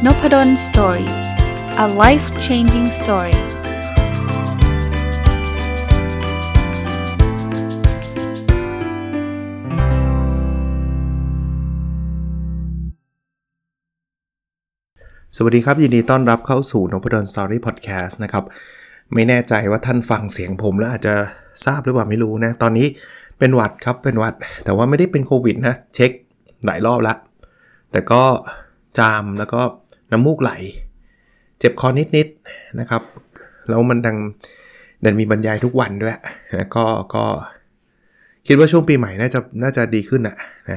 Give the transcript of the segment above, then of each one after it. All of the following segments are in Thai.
Noppadan Story. A life-changing story. สวัสดีครับยินดีต้อนรับเข้าสู่ Noppadan Story Podcast นะครับไม่แน่ใจว่าท่านฟังเสียงผมแล้วอาจจะทราบหรือเปล่าไม่รู้นะตอนนี้เป็นหวัดครับเป็นหวัดแต่ว่าไม่ได้เป็นโควิดนะเช็คหลายรอบแล้วแต่ก็จามแล้วก็น้ำมูกไหลเจ็บคอนิดๆนะครับแล้วมันดันมีบรรยายทุกวันด้วยแล้วก็คิดว่าช่วงปีใหม่น่าจะดีขึ้นนะ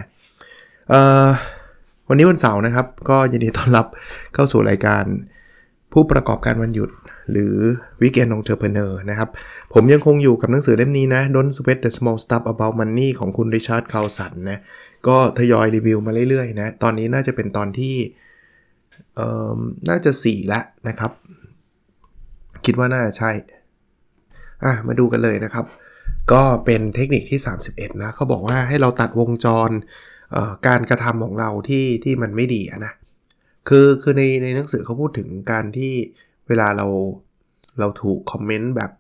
วันนี้วันเสาร์นะครับก็ยินดีต้อนรับเข้าสู่รายการผู้ประกอบการวันหยุดหรือ Weekend Entrepreneur นะครับผมยังคงอยู่กับหนังสือเล่มนี้นะ Don't Sweat the Small Stuff About Money ของคุณริชาร์ด คาวสันนะก็ทยอยรีวิวมาเรื่อยๆนะตอนนี้น่าจะเป็นตอนที่น่าจะ4แล้วนะครับคิดว่าน่าใช่มาดูกันเลยนะครับก็เป็นเทคนิคที่31นะเขาบอกว่าให้เราตัดวงจรการกระทำของเราที่มันไม่ดีนะคือในหนังสือเขาพูดถึงการที่เวลาเราถูกคอมเมนต์แบบ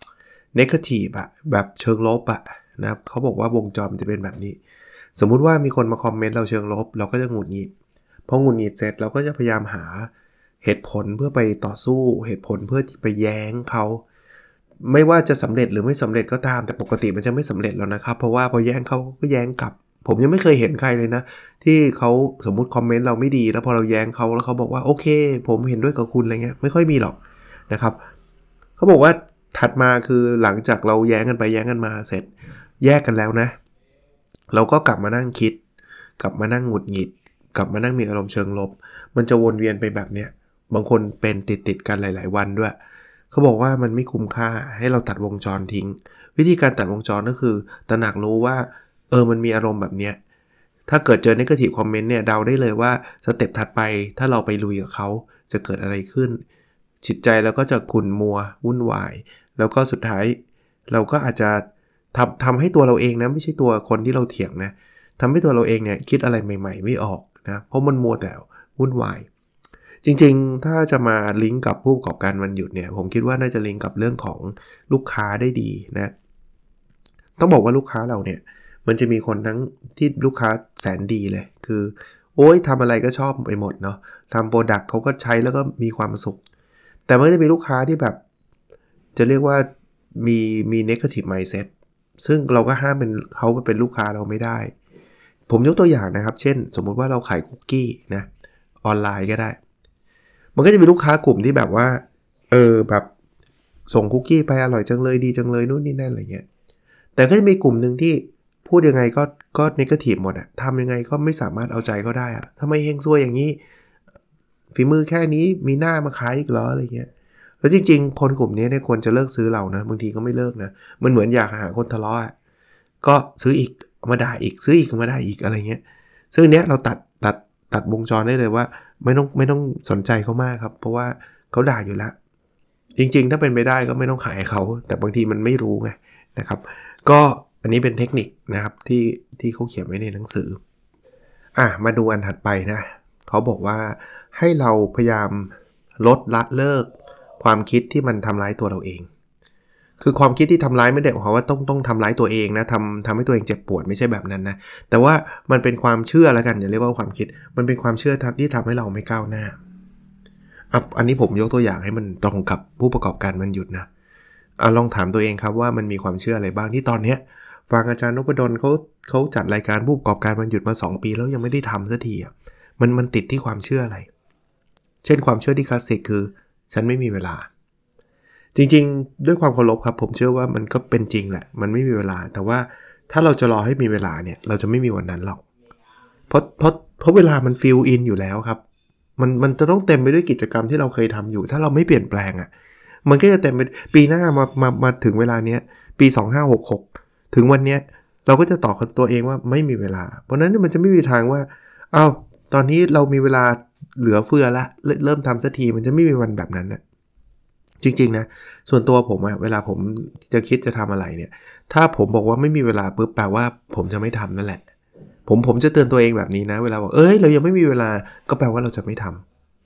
negative แบบเชิงลบนะครับเขาบอกว่าวงจรมันจะเป็นแบบนี้สมมุติว่ามีคนมาคอมเมนต์เราเชิงลบเราก็จะหงุดหงิดพอหงุดหงิดเสร็จเราก็จะพยายามหาเหตุผลเพื่อไปต่อสู้เหตุผลเพื่อที่ไปแย้งเขาไม่ว่าจะสำเร็จหรือไม่สำเร็จก็ตามแต่ปกติมันจะไม่สำเร็จแล้วนะครับเพราะว่าพอแย้งเขาก็แย้งกลับผมยังไม่เคยเห็นใครเลยนะที่เขาสมมุติคอมเมนต์เราไม่ดีแล้วพอเราแย้งเขาแล้วเขาบอกว่าโอเคผมเห็นด้วยกับคุณอะไรเงี้ยไม่ค่อยมีหรอกนะครับเขาบอกว่าถัดมาคือหลังจากเราแย้งกันไปแย้งกันมาเสร็จแยกกันแล้วนะเราก็กลับมานั่งคิดกลับมานั่งหงุดหงิดกลับมานั่งมีอารมณ์เชิงลบมันจะวนเวียนไปแบบเนี้ยบางคนเป็นติดกันหลายๆวันด้วยเขาบอกว่ามันไม่คุ้มค่าให้เราตัดวงจรทิ้งวิธีการตัดวงจรก็คือตระหนักรู้ว่ามันมีอารมณ์แบบเนี้ยถ้าเกิดเจอ negative comment เนี่ยเดาได้เลยว่าสเต็ปถัดไปถ้าเราไปลุยกับเขาจะเกิดอะไรขึ้นจิตใจเราก็จะขุ่นมัววุ่นวายแล้วก็สุดท้ายเราก็อาจจะทำให้ตัวเราเองนะไม่ใช่ตัวคนที่เราเถียงนะทำให้ตัวเราเองเนี่ยคิดอะไรใหม่ๆไม่ออกนะเพราะมันมัวแต่วุ่นวายจริงๆถ้าจะมาลิงก์กับผู้ประกอบการวันหยุดเนี่ยผมคิดว่าน่าจะลิงก์กับเรื่องของลูกค้าได้ดีนะต้องบอกว่าลูกค้าเราเนี่ยมันจะมีคนทั้งที่ลูกค้าแสนดีเลยคือโอ๊ยทำอะไรก็ชอบไปหมดเนาะทำโปรดักต์เขาก็ใช้แล้วก็มีความสุขแต่มันก็จะมีลูกค้าที่แบบจะเรียกว่ามี negative mindset ซึ่งเราก็ห้ามเขาเป็นลูกค้าเราไม่ได้ผมยกตัวอย่างนะครับเช่นสมมุติว่าเราขายคุกกี้นะออนไลน์ก็ได้มันก็จะมีลูกค้ากลุ่มที่แบบว่าแบบส่งคุกกี้ไปอร่อยจังเลยดีจังเลยนู่นนี่นั่นอะไรเงี้ยแต่ก็จะมีกลุ่มนึงที่พูดยังไงก็เนกาทีฟหมดทำยังไงก็ไม่สามารถเอาใจเขาได้ทำไมเฮงซวยอย่างนี้ฝีมือแค่นี้มีหน้ามาขายอีกเหรออะไรเงี้ยแล้วจริงๆคนกลุ่มนี้เนี่ยควรจะเลิกซื้อเรานะบางทีก็ไม่เลิกนะมันเหมือนอยากหาคนทะเลาะก็ซื้ออีกมาด่าอีกซื้ออีกมาด่าอีกอะไรเงี้ยซึ่งเนี้ยเราตัดวงจรได้เลยว่าไม่ต้องสนใจเขามากครับเพราะว่าเขาด่าอยู่แล้วจริงๆถ้าเป็นไปได้ก็ไม่ต้องขายให้เขาแต่บางทีมันไม่รู้ไงนะครับก็อันนี้เป็นเทคนิคนะครับที่เขาเขียนไว้ในหนังสือมาดูอันถัดไปนะเขาบอกว่าให้เราพยายามละเลิกความคิดที่มันทำร้ายตัวเราเองคือความคิดที่ทำร้ายไม่ได้หมายความว่าต้องทำร้ายตัวเองนะทำให้ตัวเองเจ็บปวดไม่ใช่แบบนั้นนะแต่ว่ามันเป็นความเชื่อแล้วกันอย่าเรียกว่าความคิดมันเป็นความเชื่อที่ทำให้เราไม่ก้าวหน้าอันนี้ผมยกตัวอย่างให้มันตรงกับผู้ประกอบการวันหยุดนะลองถามตัวเองครับว่ามันมีความเชื่ออะไรบ้างที่ตอนนี้ฟังอาจารย์นพดลเขาจัดรายการผู้ประกอบการวันหยุดมา2ปีแล้วยังไม่ได้ทำสักทีมันติดที่ความเชื่ออะไรเช่นความเชื่อที่คลาสสิกคือฉันไม่มีเวลาจริงๆด้วยความเคารพครับผมเชื่อว่ามันก็เป็นจริงแหละมันไม่มีเวลาแต่ว่าถ้าเราจะรอให้มีเวลาเนี่ยเราจะไม่มีวันนั้นหรอกเพราะเวลามันฟิลอินอยู่แล้วครับมันจะต้องเต็มไปด้วยกิจกรรมที่เราเคยทำอยู่ถ้าเราไม่เปลี่ยนแปลงมันก็จะเต็มไปปีหน้ามาถึงเวลาเนี้ยปี2566ถึงวันเนี้ยเราก็จะตอบกับตัวเองว่าไม่มีเวลาเพราะนั้นมันจะไม่มีทางว่าตอนนี้เรามีเวลาเหลือเฟือละเริ่มทำสักทีมันจะไม่มีวันแบบนั้นนะจริงๆนะส่วนตัวผมเวลาผมจะคิดจะทำอะไรเนี่ยถ้าผมบอกว่าไม่มีเวลาปุ๊บแปลว่าผมจะไม่ทำนั่นแหละผมจะเตือนตัวเองแบบนี้นะเวลาบอกเรายังไม่มีเวลาก็แปลว่าเราจะไม่ท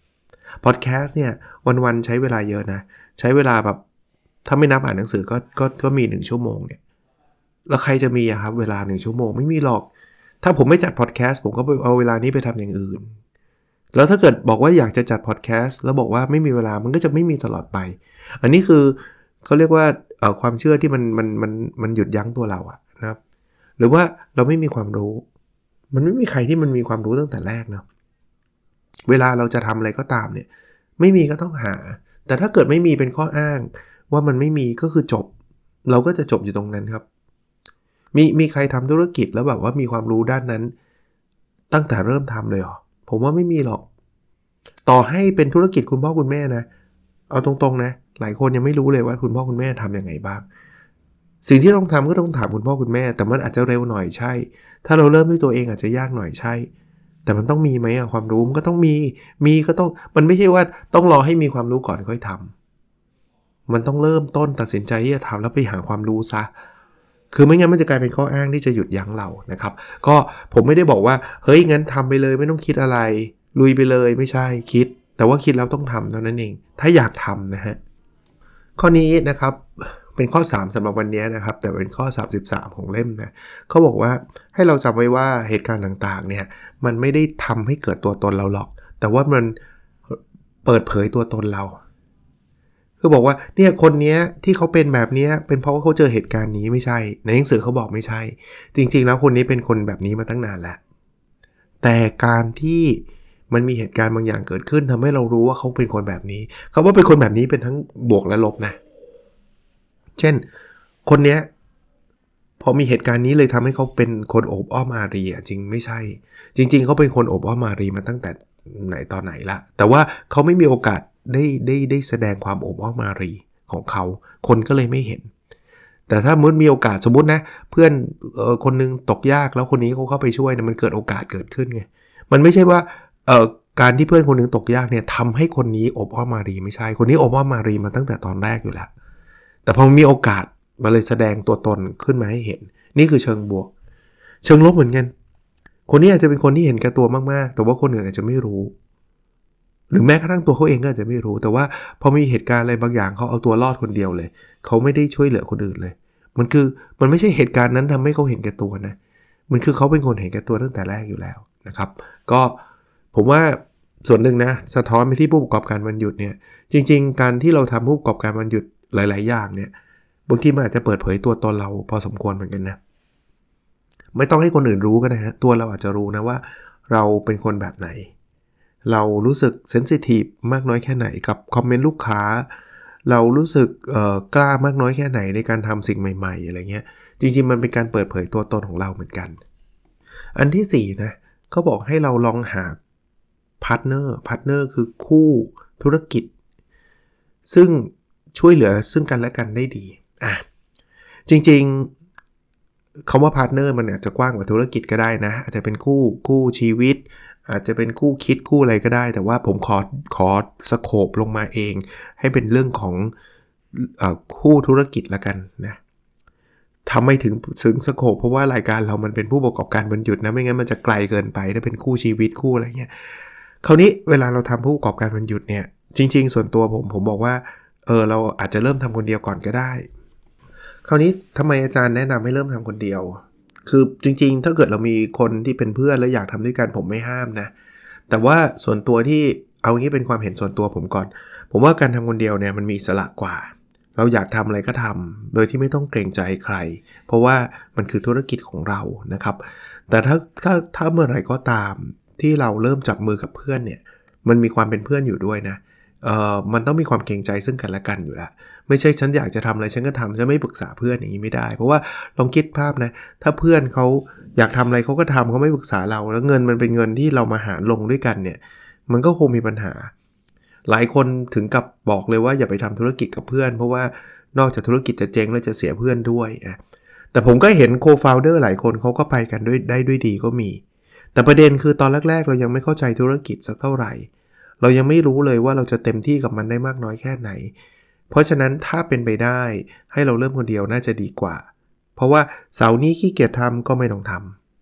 พอดแคสต์เนี่ยวันๆใช้เวลาเยอะนะใช้เวลาแบบถ้าไม่นับอ่านหนังสือก็มี1ชั่วโมงเนี่ยแล้วใครจะมีอะครับเวลา1ชั่วโมงไม่มีหรอกถ้าผมไม่จัดพอดแคสต์ผมก็เอาเวลานี้ไปทำอย่างอื่นแล้วถ้าเกิดบอกว่าอยากจะจัดพอดแคสต์แล้วบอกว่าไม่มีเวลามันก็จะไม่มีตลอดไปอันนี้คือเขาเรียกว่าความเชื่อที่มันหยุดยั้งตัวเราอะนะครับหรือว่าเราไม่มีความรู้มันไม่มีใครที่มันมีความรู้ตั้งแต่แรกเนาะเวลาเราจะทำอะไรก็ตามเนี่ยไม่มีก็ต้องหาแต่ถ้าเกิดไม่มีเป็นข้ออ้างว่ามันไม่มีก็คือจบเราก็จะจบอยู่ตรงนั้นครับมีใครทำธุรกิจแล้วแบบว่ามีความรู้ด้านนั้นตั้งแต่เริ่มทำเลยเหรอผมว่าไม่มีหรอกต่อให้เป็นธุรกิจคุณพ่อคุณแม่นะเอาตรงๆนะหลายคนยังไม่รู้เลยว่าคุณพ่อคุณแม่ทำยังไงบ้างสิ่งที่ต้องทำก็ต้องถามคุณพ่อคุณแม่แต่มันอาจจะเร็วหน่อยใช่ถ้าเราเริ่มด้วยตัวเองอาจจะยากหน่อยใช่แต่มันต้องมีไหมอะความรู้มันก็ต้องมีก็ต้องมันไม่ใช่ว่าต้องรอให้มีความรู้ก่อนค่อยทำมันต้องเริ่มต้นตัดสินใจที่จะทำแล้วไปหาความรู้ซะคือไม่งั้นมันจะกลายเป็นข้ออ้างที่จะหยุดยั้งเรานะครับก็ผมไม่ได้บอกว่าเฮ้ยงั้นทำไปเลยไม่ต้องคิดอะไรลุยไปเลยไม่ใช่คิดแต่ว่าคิดแล้วต้องทำเท่านั้นเองถ้าอยากทำนะฮะข้อนี้นะครับเป็นข้อ3สำหรับวันนี้นะครับแต่เป็นข้อ33ของเล่มนะเขาบอกว่าให้เราจำไว้ว่าเหตุการณ์ต่างๆเนี่ยมันไม่ได้ทำให้เกิดตัวตนเราหรอกแต่ว่ามันเปิดเผยตัวตนเราคือบอกว่าเนี่ยคนนี้ที่เขาเป็นแบบนี้เป็นเพราะว่าเขาเจอเหตุการณ์นี้ไม่ใช่ในหนังสือเขาบอกไม่ใช่จริงๆแล้วคนนี้เป็นคนแบบนี้มาตั้งนานแล้วแต่การที่มันมีเหตุการณ์บางอย่างเกิดขึ้นทำให้เรารู้ว่าเขาเป็นคนแบบนี้เขาว่าเป็นคนแบบนี้เป็นทั้งบวกและลบนะเช่นคนเนี้ยพอมีเหตุการณ์นี้เลยทำให้เขาเป็นคนโอบอ้อมอารีจริงไม่ใช่จริงๆเขาเป็นคนโอบอ้อมอารีมาตั้งแต่ไหนตอนไหนละแต่ว่าเขาไม่มีโอกาสได้แสดงความโอบอ้อมอารีของเขาคนก็เลยไม่เห็นแต่ถ้ามีโอกาสสมมุตินะเพื่อนคนนึงตกยากแล้วคนนี้เขาเข้าไปช่วยเนี่ยมันเกิดโอกาสเกิดขึ้นไงมันไม่ใช่ว่าการที่เพื่อนคนนึงตกยากเนี่ยทำให้คนนี้โอบอ้อมอารีไม่ใช่คนนี้โอบอ้อมอารีมาตั้งแต่ตอนแรกอยู่แล้วแต่พอมีโอกาสมาเลยแสดงตัวตนขึ้นมาให้เห็นนี่คือเชิงบวกเชิงลบเหมือนกันคนนี้อาจจะเป็นคนที่เห็นแก่ตัวมากๆแต่ว่าคนอื่นอาจจะไม่รู้หรือแม้กระทั่งตัวเขาเองก็อาจจะไม่รู้แต่ว่าพอมีเหตุการณ์อะไรบางอย่างเขาเอาตัวรอดคนเดียวเลยเขาไม่ได้ช่วยเหลือคนอื่นเลยมันไม่ใช่เหตุการณ์นั้นทำให้เขาเห็นแก่ตัวนะมันคือเขาเป็นคนเห็นแก่ตัวตั้งแต่แรกอยู่แล้วนะครับก็ผมว่าส่วนหนึ่งนะสะท้อนไปที่ผู้ประกอบการวันหยุดเนี่ยจริงๆการที่เราทำผู้ประกอบการวันหยุดหลายๆอย่างเนี่ยบางทีมันอาจจะเปิดเผยตัวตนเราพอสมควรเหมือนกันนะไม่ต้องให้คนอื่นรู้ก็ได้ฮะตัวเราอาจจะรู้นะว่าเราเป็นคนแบบไหนเรารู้สึกเซนซิทีฟมากน้อยแค่ไหนกับคอมเมนต์ลูกค้าเรารู้สึกกล้ามากน้อยแค่ไหนในการทำสิ่งใหม่ๆอะไรเงี้ยจริงๆมันเป็นการเปิดเผยตัวตนของเราเหมือนกันอันที่4นะเขาบอกให้เราลองหาพาร์ทเนอร์คือคู่ธุรกิจซึ่งช่วยเหลือซึ่งกันและกันได้ดีจริงๆคำว่าพาร์ทเนอร์มันอาจจะกว้างกว่าธุรกิจก็ได้นะอาจจะเป็นคู่ชีวิตอาจจะเป็นคู่คิดคู่อะไรก็ได้แต่ว่าผมขอสโคปลงมาเองให้เป็นเรื่องของคู่ธุรกิจละกันนะทำไม่ถึงสโคปเพราะว่ารายการเรามันเป็นผู้ประกอบการวันหยุดนะไม่งั้นมันจะไกลเกินไปถ้าเป็นคู่ชีวิตคู่อะไรเงี้ยคราวนี้เวลาเราทำผู้ประกอบการวันหยุดเนี่ยจริงๆส่วนตัวผมบอกว่าเราอาจจะเริ่มทำคนเดียวก่อนก็ได้คราวนี้ทำไมอาจารย์แนะนำให้เริ่มทำคนเดียวคือจริงๆถ้าเกิดเรามีคนที่เป็นเพื่อนแล้วอยากทำด้วยกันผมไม่ห้ามนะแต่ว่าส่วนตัวที่เอางี้เป็นความเห็นส่วนตัวผมก่อนผมว่าการทำคนเดียวเนี่ยมันมีอิสระกว่าเราอยากทำอะไรก็ทำโดยที่ไม่ต้องเกรงใจใครเพราะว่ามันคือธุรกิจของเรานะครับแต่ถ้าเมื่อไหร่ก็ตามที่เราเริ่มจับมือกับเพื่อนเนี่ยมันมีความเป็นเพื่อนอยู่ด้วยนะมันต้องมีความเกรงใจซึ่งกันและกันอยู่แล้วไม่ใช่ฉันอยากจะทำอะไรฉันก็ทำฉันไม่ปรึกษาเพื่อนอย่างนี้ไม่ได้เพราะว่าลองคิดภาพนะถ้าเพื่อนเขาอยากทำอะไรเขาก็ทำเขาไม่ปรึกษาเราแล้วเงินมันเป็นเงินที่เรามาหาลงด้วยกันเนี่ยมันก็คงมีปัญหาหลายคนถึงกับบอกเลยว่าอย่าไปทำธุรกิจกับเพื่อนเพราะว่านอกจากธุรกิจจะเจ๊งแล้วจะเสียเพื่อนด้วยแต่ผมก็เห็นโคฟาวเดอร์หลายคนเขาก็ไปกันด้วยดีก็มีแต่ประเด็นคือตอนแรกๆเรายังไม่เข้าใจธุรกิจสักเท่าไหร่เรายังไม่รู้เลยว่าเราจะเต็มที่กับมันได้มากน้อยแค่ไหนเพราะฉะนั้นถ้าเป็นไปได้ให้เราเริ่มคนเดียวน่าจะดีกว่าเพราะว่าเสาร์นี้ขี้เกียจทำก็ไม่ต้องท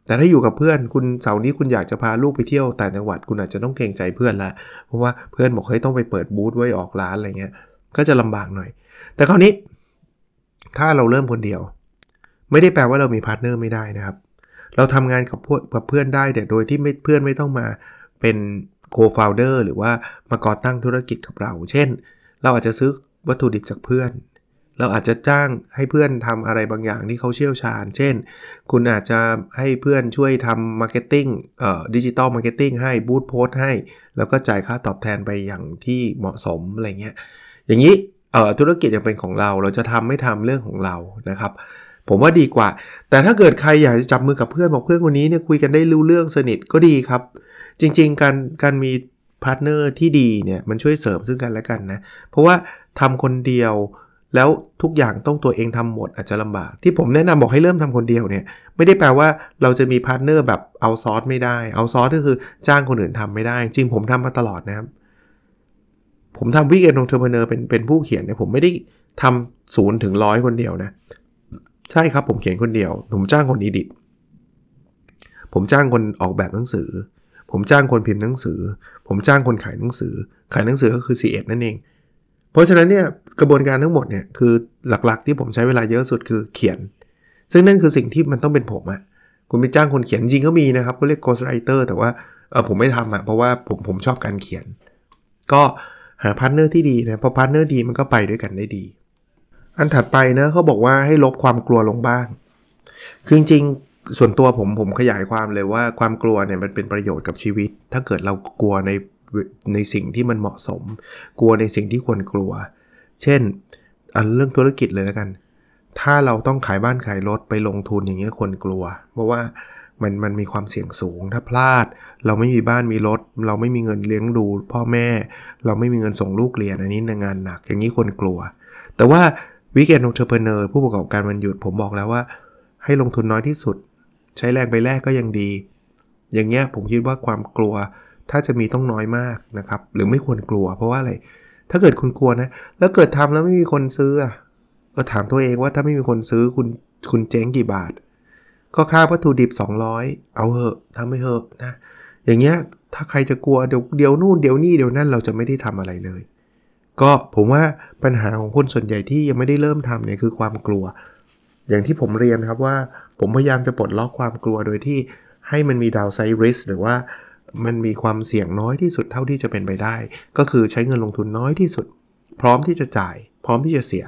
แต่ถ้าอยู่กับเพื่อนคุณเสาร์นี้คุณอยากจะพาลูกไปเที่ยวต่างจังหวัดคุณอาจจะต้องเกรงใจเพื่อนละเพราะว่าเพื่อนบอกให้ต้องไปเปิดบูธไว้ออกร้านอะไรเงี้ยก็จะลำบากหน่อยแต่คราวนี้ถ้าเราเริ่มคนเดียวไม่ได้แปลว่าเรามีพาร์ทเนอร์ไม่ได้นะครับเราทำงานกับเพื่อนได้แต่โดยที่เพื่อนไม่ต้องมาเป็นโคฟาวเดอร์หรือว่ามาก่อตั้งธุรกิจกับเราเช่นเราอาจจะซื้อวัตถุดิบจากเพื่อนเราอาจจะจ้างให้เพื่อนทำอะไรบางอย่างที่เขาเชี่ยวชาญเช่นคุณอาจจะให้เพื่อนช่วยทำมาร์เก็ตติ้งดิจิตอลมาร์เก็ตติ้งให้บูธโพสต์ให้แล้วก็จ่ายค่าตอบแทนไปอย่างที่เหมาะสมอะไรเงี้ยอย่างนี้ธุรกิจยังเป็นของเราจะทำไม่ทำเรื่องของเรานะครับผมว่าดีกว่าแต่ถ้าเกิดใครอยากจะจับมือกับเพื่อนบอกเพื่อนคนนี้เนี่ยคุยกันได้รู้เรื่องสนิทก็ดีครับจริงๆการมีพาร์ทเนอร์ที่ดีเนี่ยมันช่วยเสริมซึ่งกันและกันนะเพราะว่าทำคนเดียวแล้วทุกอย่างต้องตัวเองทำหมดอาจจะลำบากที่ผมแนะนำบอกให้เริ่มทำคนเดียวเนี่ยไม่ได้แปลว่าเราจะมีพาร์ทเนอร์แบบเอาซอร์สไม่ได้เอาซอร์สก็คือจ้างคนอื่นทำไม่ได้จริงผมทำมาตลอดนะครับผมทำวิกเอนด์องเทอร์เพเนอร์เป็นผู้เขียนเนี่ยผมไม่ได้ทำ0 ถึง 100คนเดียวนะใช่ครับผมเขียนคนเดียวผมจ้างคนอีดิทผมจ้างคนออกแบบหนังสือผมจ้างคนพิมพ์หนังสือผมจ้างคนขายหนังสือก็คือ C1 นั่นเองเพราะฉะนั้นเนี่ยกระบวนการทั้งหมดเนี่ยคือหลักๆที่ผมใช้เวลาเยอะสุดคือเขียนซึ่งนั่นคือสิ่งที่มันต้องเป็นผมอะคุณไปจ้างคนเขียนจริงก็มีนะครับเขาเรียก Ghost Writer แต่ว่าผมไม่ทำอะเพราะว่าผมชอบการเขียนก็หาพาร์ทเนอร์ที่ดีนะพอพาร์ทเนอร์ดีมันก็ไปด้วยกันได้ดีอันถัดไปนะเขาบอกว่าให้ลบความกลัวลงบ้างคือจริงๆส่วนตัวผมขยายความเลยว่าความกลัวเนี่ยมันเป็นประโยชน์กับชีวิตถ้าเกิดเรากลัวในสิ่งที่มันเหมาะสมกลัวในสิ่งที่ควรกลัวเช่นเรื่องธุรกิจเลยแล้วกันถ้าเราต้องขายบ้านขายรถไปลงทุนอย่างเงี้ยคนกลัวเพราะว่ามันมีความเสี่ยงสูงถ้าพลาดเราไม่มีบ้านมีรถเราไม่มีเงินเลี้ยงดูพ่อแม่เราไม่มีเงินส่งลูกเรียนอันนี้งานหนักอย่างนี้คนกลัวแต่ว่าWeekend Entrepreneur ผู้ประกอบการวันหยุดผมบอกแล้วว่าให้ลงทุนน้อยที่สุดใช้แรงไปแลกก็ยังดีอย่างเงี้ยผมคิดว่าความกลัวถ้าจะมีต้องน้อยมากนะครับหรือไม่ควรกลัวเพราะว่าอะไรถ้าเกิดคุณกลัวนะแล้วเกิดทำแล้วไม่มีคนซื้อก็ถามตัวเองว่าถ้าไม่มีคนซื้อคุณเจ๊งกี่บาทก็ค่าวัตถุดิบ200เอาเหอะทำไม่เหอะนะอย่างเงี้ยถ้าใครจะกลัวเดี๋ยวนู่นเดี๋ยวนี่เดี๋ยวนั่นเราจะไม่ได้ทำอะไรเลยก็ผมว่าปัญหาของคนส่วนใหญ่ที่ยังไม่ได้เริ่มทำเนี่ยคือความกลัวอย่างที่ผมเรียนครับว่าผมพยายามจะปลดล็อกความกลัวโดยที่ให้มันมี downside risk หรือว่ามันมีความเสี่ยงน้อยที่สุดเท่าที่จะเป็นไปได้ก็คือใช้เงินลงทุนน้อยที่สุดพร้อมที่จะจ่ายพร้อมที่จะเสีย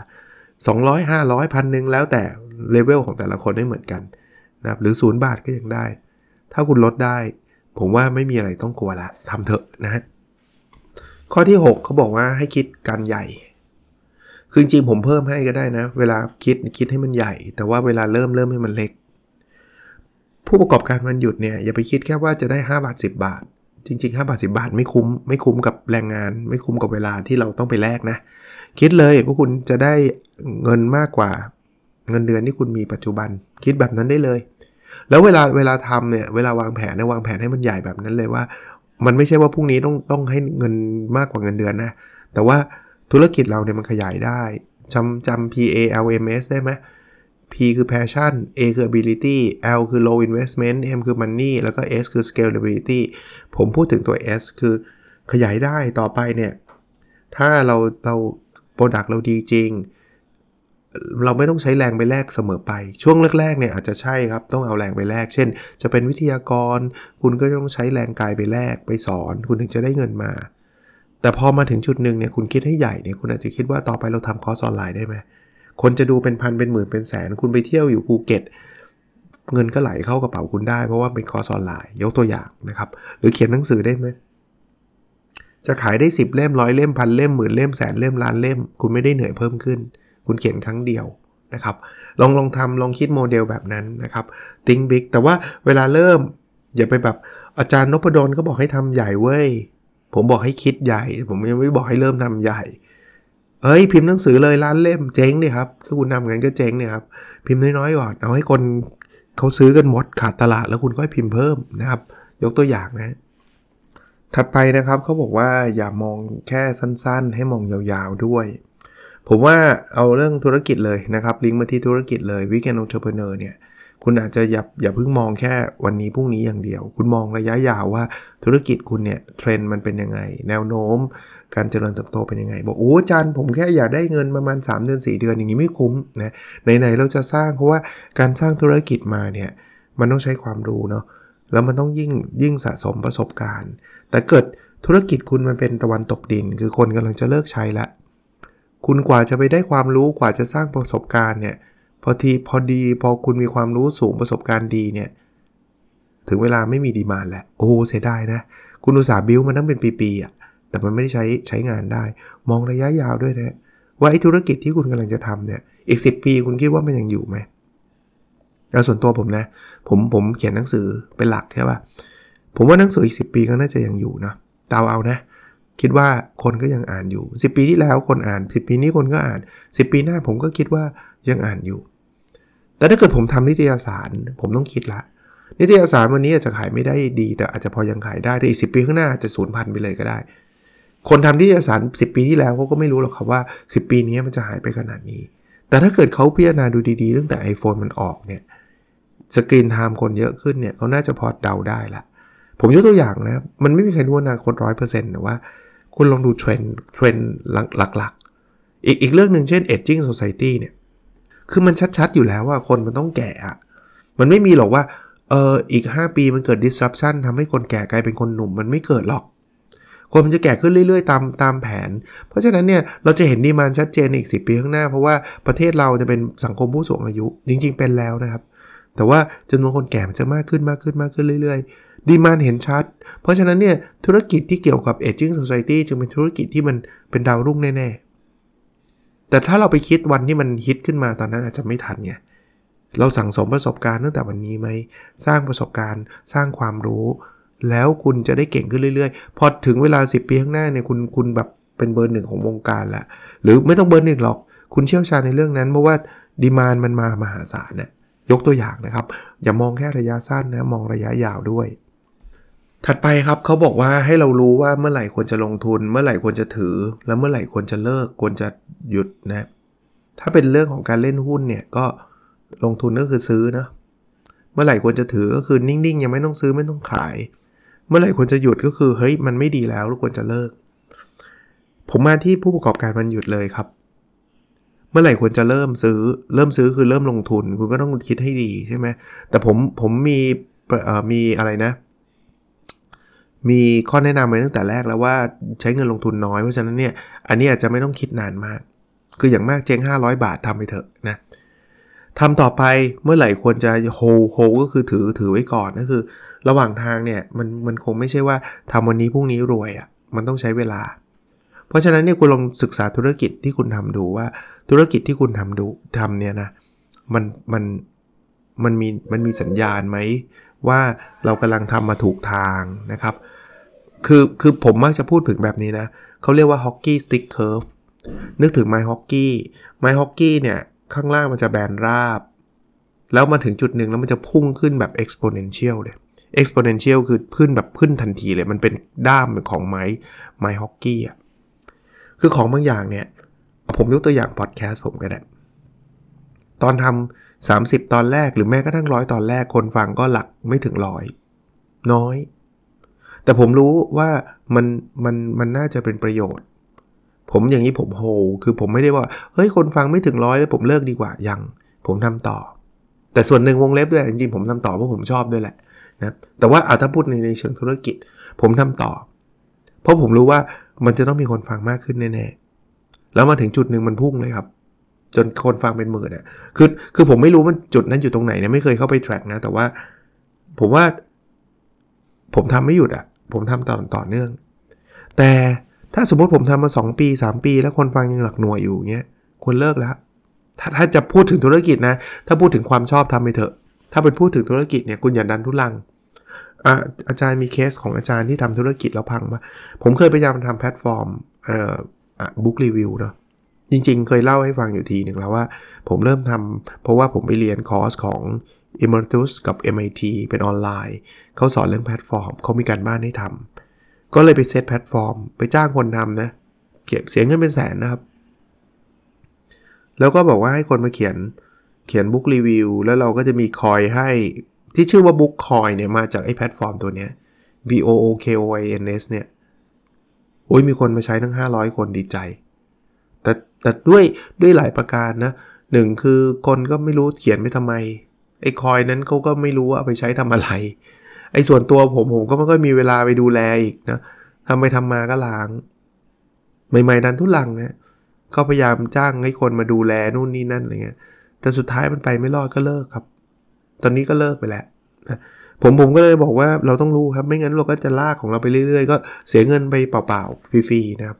200 500 1,000แล้วแต่เลเวลของแต่ละคนไม่เหมือนกันนะครับหรือ0 บาทก็ยังได้ถ้าคุณลดได้ผมว่าไม่มีอะไรต้องกลัวละทำเถอะนะฮะข้อที่6เขาบอกว่าให้คิดการใหญ่คือจริงๆผมเพิ่มให้ก็ได้นะเวลาคิดให้มันใหญ่แต่ว่าเวลาเริ่มให้มันเล็กผู้ประกอบการวันหยุดเนี่ยอย่าไปคิดแค่ว่าจะได้5 บาท 10 บาทจริงๆ5 บาท 10 บาทไม่คุ้มกับแรงงานไม่คุ้มกับเวลาที่เราต้องไปแลกนะคิดเลยว่าคุณจะได้เงินมากกว่าเงินเดือนที่คุณมีปัจจุบันคิดแบบนั้นได้เลยแล้วเวลาทำเนี่ยเวลาวางแผนให้มันใหญ่แบบนั้นเลยว่ามันไม่ใช่ว่าพรุ่งนี้ต้องให้เงินมากกว่าเงินเดือนนะแต่ว่าธุรกิจเราเนี่ยมันขยายได้จำ PALMS ได้ไหม P คือ passion A คือ ability L คือ low investment M คือ money แล้วก็ S คือ scalability ผมพูดถึงตัว S คือขยายได้ต่อไปเนี่ยถ้าเรา product เราดีจริงเราไม่ต้องใช้แรงไปแลกเสมอไปช่วงแรกๆเนี่ยอาจจะใช่ครับต้องเอาแรงไปแลกเช่นจะเป็นวิทยากรคุณก็ต้องใช้แรงกายไปแลกไปสอนคุณถึงจะได้เงินมาแต่พอมาถึงจุดนึงเนี่ยคุณคิดให้ใหญ่เนี่ยคุณอาจจะคิดว่าต่อไปเราทำคอร์สออนไลน์ได้ไหมคนจะดูเป็นพันเป็นหมื่นเป็นแสนคุณไปเที่ยวอยู่ภูเก็ตเงินก็ไหลเข้ากระเป๋าคุณได้เพราะว่าเป็นคอร์สออนไลน์ยกตัวอย่างนะครับหรือเขียนหนังสือได้ไหมจะขายได้10 เล่ม100 เล่ม1,000 เล่ม10,000 เล่มแสนเล่มล้านเล่มคุณไม่ได้เหนื่อยเพิ่มขึ้นคุณเขียนครั้งเดียวนะครับลองทำลองคิดโมเดลแบบนั้นนะครับ think big แต่ว่าเวลาเริ่มอย่าไปแบบอาจารย์นพดลก็บอกให้ทำใหญ่เว้ยผมบอกให้คิดใหญ่ผมยังไม่บอกให้เริ่มทำใหญ่พิมพ์หนังสือเลยล้านเล่มเจ๊งดิครับถ้าคุณทำงั้นก็เจ๊งเนี่ยครับพิมพ์น้อยๆก่อนเอาให้คนเขาซื้อกันหมดขาดตลาดแล้วคุณค่อยพิมพ์เพิ่มนะครับยกตัวอย่างนะถัดไปนะครับเขาบอกว่าอย่ามองแค่สั้นๆให้มองยาวๆด้วยผมว่าเอาเรื่องธุรกิจเลยนะครับลิงก์มาที่ธุรกิจเลย Weekend Entrepreneur เนี่ยคุณอาจจะอย่าเพิ่งมองแค่วันนี้พรุ่งนี้อย่างเดียวคุณมองระยะยาวว่าธุรกิจคุณเนี่ยเทรนด์มันเป็นยังไงแนวโน้มการเจริญเติบโตเป็นยังไงบอกโอ้อาจารย์ผมแค่อยากได้เงินประมาณ3เดือน4เดือนอย่างนี้ไม่คุ้มนะไหนๆเราจะสร้างเพราะว่าการสร้างธุรกิจมาเนี่ยมันต้องใช้ความรู้เนาะแล้วมันต้องยิ่งสะสมประสบการณ์แต่เกิดธุรกิจคุณมันเป็นตะวันตกดินคือคนกำลังจะเลิกใช้ละคุณกว่าจะไปได้ความรู้กว่าจะสร้างประสบการณ์เนี่ยพอคุณมีความรู้สูงประสบการณ์ดีเนี่ยถึงเวลาไม่มีดีมานด์แล้วโอ้เสียดายนะคุณอุตสาห์บิ้วมาตั้งเป็นปีๆอ่ะแต่มันไม่ได้ใช้งานได้มองระยะยาวด้วยนะว่าไอ้ธุรกิจที่คุณกำลังจะทำเนี่ยอีก10ปีคุณคิดว่ามันยังอยู่ไหมแล้วส่วนตัวผมนะผมเขียนหนังสือเป็นหลักใช่ป่ะผมว่าหนังสืออีก10ปีก็น่าจะยังอยู่นะเดาเอานะคิดว่าคนก็ยังอ่านอยู่10ปีที่แล้วคนอ่าน10ปีนี้คนก็อ่าน10ปีหน้าผมก็คิดว่ายังอ่านอยู่แต่ถ้าเกิดผมทำนิตยสารผมต้องคิดละนิตยสารวันนี้อาจจะขายไม่ได้ดีแต่อาจจะพอยังขายได้แต่อีก10ปีข้างหน้าจะสูญพันธุ์ไปเลยก็ได้คนทำนิตยสาร10ปีที่แล้วเขาก็ไม่รู้หรอกครับว่า10ปีนี้มันจะหายไปขนาดนี้แต่ถ้าเกิดเขาพิจารณาดูดีๆตั้งแต่ iPhone มันออกเนี่ยสกรีนไทม์คนเยอะขึ้นเนี่ยเขาน่าจะพอเดาได้ละผมยกตัวอย่างนะมันไม่มีใครรู้อนาคต 100% แต่ว่าคุณลองดูเทรนด์หลักๆอีกเรื่องนึงเช่น Aging Society เนี่ยคือมันชัดๆอยู่แล้วว่าคนมันต้องแก่อะมันไม่มีหรอกว่าอีก5ปีมันเกิด disruption ทำให้คนแก่กลายเป็นคนหนุ่มมันไม่เกิดหรอกคนมันจะแก่ขึ้นเรื่อยๆตามแผนเพราะฉะนั้นเนี่ยเราจะเห็นดีมานด์ชัดเจนอีก10ปีข้างหน้าเพราะว่าประเทศเราจะเป็นสังคมผู้สูงอายุจริงๆเป็นแล้วนะครับแต่ว่าจำนวนคนแก่มันจะมากขึ้นเรื่อยๆดีมานด์เห็นชัดเพราะฉะนั้นเนี่ยธุรกิจที่เกี่ยวกับ Aging Society จึงเป็นธุรกิจที่มันเป็นดาวรุ่งแน่ๆแต่ถ้าเราไปคิดวันที่มันฮิตขึ้นมาตอนนั้นอาจจะไม่ทันไงเราสั่งสมประสบการณ์ตั้งแต่วันนี้ไหมสร้างประสบการณ์สร้างความรู้แล้วคุณจะได้เก่งขึ้นเรื่อยๆพอถึงเวลา10ปีข้างหน้าเนี่ยคุณแบบเป็นเบอร์1ของวงการละหรือไม่ต้องเบอร์1หรอกคุณเชี่ยวชาญในเรื่องนั้นเพราะว่าดีมานด์มันมามหาศาลน่ะยกตัวอย่างนะครับอย่ามองแค่ระยะสั้นนะมองระยะยาวด้วยถัดไปครับเขาบอกว่าให้เรารู้ว่าเมื่อไหร่ควรจะลงทุนเมื่อไหร่ควรจะถือแล้วเมื่อไหร่ควรจะเลิกควรจะหยุดนะถ้าเป็นเรื่องของการเล่นหุ้นเนี่ยก็ลงทุนก็คือซื้อนะเมื่อไหร่ควรจะถือก็คือนิ่งๆยังไม่ต้องซื้อไม่ต้องขายเมื่อไหร่ควรจะหยุดก็คือเฮ้ยมันไม่ดีแล้วควรจะเลิกผมมาที่ผู้ประกอบการวันหยุดเลยครับเมื่อไหร่ควรจะเริ่มซื้อคือเริ่มลงทุนคุณก็ต้องคิดให้ดีใช่ไหมแต่ผมมีอะไรนะมีข้อแนะนำไว้ตั้งแต่แรกแล้วว่าใช้เงินลงทุนน้อยเพราะฉะนั้นเนี่ยอันนี้อาจจะไม่ต้องคิดนานมากคืออย่างมากเจ๊ง500 บาททำไปเถอะนะทำต่อไปเมื่อไหร่ควรจะโฮก็คือถือไว้ก่อนก็คือระหว่างทางเนี่ยมันคงไม่ใช่ว่าทำวันนี้พรุ่งนี้รวยอ่ะมันต้องใช้เวลาเพราะฉะนั้นเนี่ยคุณลองศึกษาธุรกิจที่คุณทำดูว่าธุรกิจที่คุณทำเนี่ยนะมันมีสัญญาณไหมว่าเรากำลังทำมาถูกทางนะครับคือผมมักจะพูดถึงแบบนี้นะเขาเรียกว่า hockey stick curve นึกถึงไม้ฮอกกี้เนี่ยข้างล่างมันจะแบนราบแล้วมาถึงจุดหนึ่งแล้วมันจะพุ่งขึ้นแบบ exponential เลย exponential คือขึ้นแบบขึ้นทันทีเลยมันเป็นด้ามของไม้ฮอกกี้อ่ะคือของบางอย่างเนี่ยผมยกตัวอย่างพอดแคสต์ผมก็ได้ตอนทำ30ตอนแรกหรือแม้กระทั่ง100ตอนแรกคนฟังก็หลักไม่ถึง100น้อยแต่ผมรู้ว่ามันน่าจะเป็นประโยชน์ผมอย่างนี้ผมโฮคือผมไม่ได้ว่าเฮ้ยคนฟังไม่ถึง100แล้วผมเลิกดีกว่ายังผมทำต่อแต่ส่วนหนึ่งวงเล็บด้วยจริงๆผมทำต่อเพราะผมชอบด้วยแหละนะแต่ว่าถ้าพูดในเชิงธุรกิจผมทำต่อเพราะผมรู้ว่ามันจะต้องมีคนฟังมากขึ้นแน่ๆแล้วมาถึงจุดนึงมันพุ่งเลยครับจนคนฟังเป็นหมื่นอ่ะคือผมไม่รู้มันจุดนั้นอยู่ตรงไหนเนี่ยไม่เคยเข้าไปแทร็กนะแต่ว่าผมว่าผมทำไม่หยุดอ่ะผมทำต่อเนื่องแต่ถ้าสมมติผมทำมา2ปี3ปีแล้วคนฟังยังหลักหน่วยอยู่เงี้ยควรเลิกแล้วถ้าจะพูดถึงธุรกิจนะถ้าพูดถึงความชอบทำไปเถอะถ้าเป็นพูดถึงธุรกิจเนี่ยคุณอย่าดันทุลังอาจารย์มีเคสของอาจารย์ที่ทำธุรกิจแล้วพังมาผมเคยพยายามทำแพลตฟอร์มบุ๊กรีวิวเนาะจริงๆเคยเล่าให้ฟังอยู่ทีนึงแล้วว่าผมเริ่มทำเพราะว่าผมไปเรียนคอร์สของ Emeritus กับ MIT เป็นออนไลน์เขาสอนเรื่องแพลตฟอร์มเขามีการบ้านให้ทำก็เลยไปเซตแพลตฟอร์มไปจ้างคนทำนะเก็บเสียเงินเป็นแสนนะครับแล้วก็บอกว่าให้คนมาเขียนเขียนบุ๊กรีวิวแล้วเราก็จะมีคอยให้ที่ชื่อว่าบุ๊กคอยเนี่ยมาจากไอ้แพลตฟอร์มตัวเนี้ย BOOKOINS เนี่ยโอ้ยมีคนมาใช้ทั้ง500คนดีใจแต่ด้วยหลายประการนะหนึ่งคือคนก็ไม่รู้เขียนไปทำไมไอ้คอยนั้นเขาก็ไม่รู้ว่าเอาไปใช้ทำอะไรไอ้ส่วนตัวผมก็ไม่ค่อยมีเวลาไปดูแลอีกนะทำไปทำมาก็ล้างใหม่ๆดันทุลังนะเขาพยายามจ้างให้คนมาดูแลนู่นนี่นั่นอะไรเงี้ยแต่สุดท้ายมันไปไม่รอดก็เลิกครับตอนนี้ก็เลิกไปแล้วนะผมก็เลยบอกว่าเราต้องรู้ครับไม่งั้นเราก็จะลากของเราไปเรื่อยๆก็เสียเงินไปเปล่าๆฟรีๆนะครับ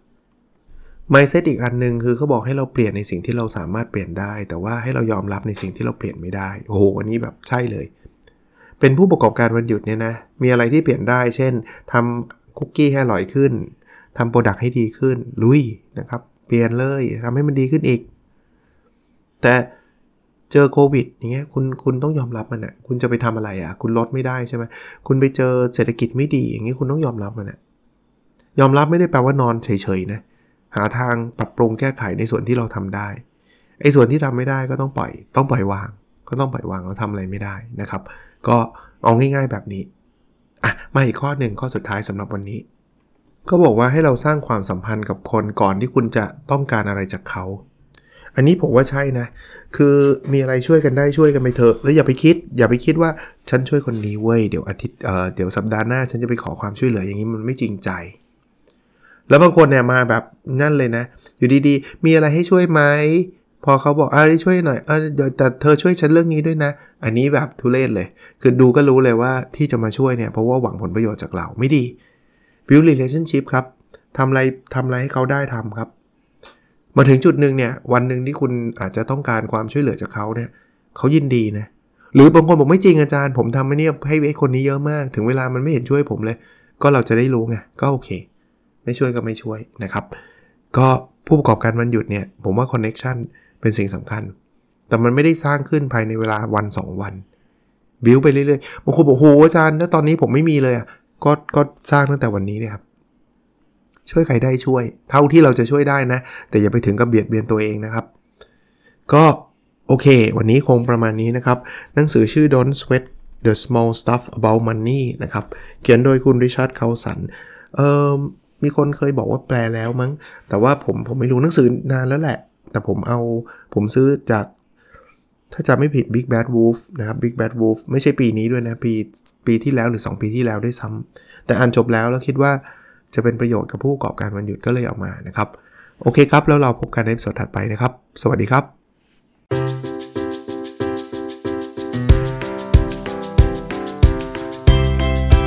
mindset อีกอันนึงคือเขาบอกให้เราเปลี่ยนในสิ่งที่เราสามารถเปลี่ยนได้แต่ว่าให้เรายอมรับในสิ่งที่เราเปลี่ยนไม่ได้โอ้โหอันนี้แบบใช่เลยเป็นผู้ประกอบการวันหยุดเนี่ยนะมีอะไรที่เปลี่ยนได้เช่นทำคุกกี้ให้อร่อยขึ้นทำโปรดักต์ให้ดีขึ้นลุยนะครับเปลี่ยนเลยทำให้มันดีขึ้นอีกแต่เจอโควิดอย่างเงี้ยคุณต้องยอมรับมันอ่ะคุณจะไปทำอะไรอ่ะคุณลดไม่ได้ใช่ไหมคุณไปเจอเศรษฐกิจไม่ดีอย่างงี้คุณต้องยอมรับมันอ่ะยอมรับไม่ได้แปลว่านอนเฉยๆนะหาทางปรับปรุงแก้ไขในส่วนที่เราทำได้ไอ้ส่วนที่ทำไม่ได้ก็ต้องปล่อยวางก็ต้องปล่อยวางเราทำอะไรไม่ได้นะครับก็เอาง่ายๆแบบนี้อ่ะมาอีกข้อหนึ่งข้อสุดท้ายสำหรับวันนี้ก็บอกว่าให้เราสร้างความสัมพันธ์กับคนก่อนที่คุณจะต้องการอะไรจากเขาอันนี้ผมว่าใช่นะคือมีอะไรช่วยกันได้ช่วยกันไปเถอะแล้วอย่าไปคิดว่าฉันช่วยคนนี้เว้ยเดี๋ยวสัปดาห์หน้าฉันจะไปขอความช่วยเหลืออย่างนี้มันไม่จริงใจแล้วบางคนเนี่ยมาแบบนั่นเลยนะอยู่ดีๆมีอะไรให้ช่วยไหมพอเขาบอกช่วยหน่อยเดี๋ยวแต่เธอช่วยฉันเรื่องนี้ด้วยนะอันนี้แบบทุเรศเลยคือดูก็รู้เลยว่าที่จะมาช่วยเนี่ยเพราะว่าหวังผลประโยชน์จากเราไม่ดี build relationship ครับทำอะไรให้เขาได้ทำครับมาถึงจุดนึงเนี่ยวันนึงที่คุณอาจจะต้องการความช่วยเหลือจากเขาเนี่ยเขายินดีนะหรือบางคนบอกไม่จริงอาจารย์ผมทำให้คนนี้เยอะมากถึงเวลามันไม่เห็นช่วยผมเลยก็เราจะได้รู้ไงก็โอเคไม่ช่วยก็ไม่ช่วยนะครับก็ผู้ประกอบการวันหยุดเนี่ยผมว่า connection เป็นสิ่งสำคัญแต่มันไม่ได้สร้างขึ้นภายในเวลาวัน2วันบิวไปเรื่อยๆบางคนบอกโหอาจารย์ถ้าตอนนี้ผมไม่มีเลยอ่ะก็สร้างตั้งแต่วันนี้เนี่ยครับช่วยใครได้ช่วยเท่าที่เราจะช่วยได้นะแต่อย่าไปถึงกับเบียดเบียนตัวเองนะครับก็โอเควันนี้คงประมาณนี้นะครับหนังสือชื่อ Don't Sweat the Small Stuff About Money นะครับเขียนโดยคุณริชาร์ด เคาสันมีคนเคยบอกว่าแปลแล้วมั้งแต่ว่าผมไม่รู้หนังสือนานแล้วแหละแต่ผมซื้อจากถ้าจำไม่ผิด Big Bad Wolf นะครับ Big Bad Wolf ไม่ใช่ปีนี้ด้วยนะปีที่แล้วหรือ2ปีที่แล้วด้วยซ้ำแต่อ่านจบแล้วคิดว่าจะเป็นประโยชน์กับผู้ประกอบการวันหยุดก็เลยเอามานะครับโอเคครับแล้วเราพบกันในตอนถัดไปนะครับสวัสดีครับ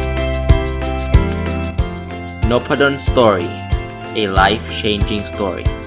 Nopadon Story, a life-changing story.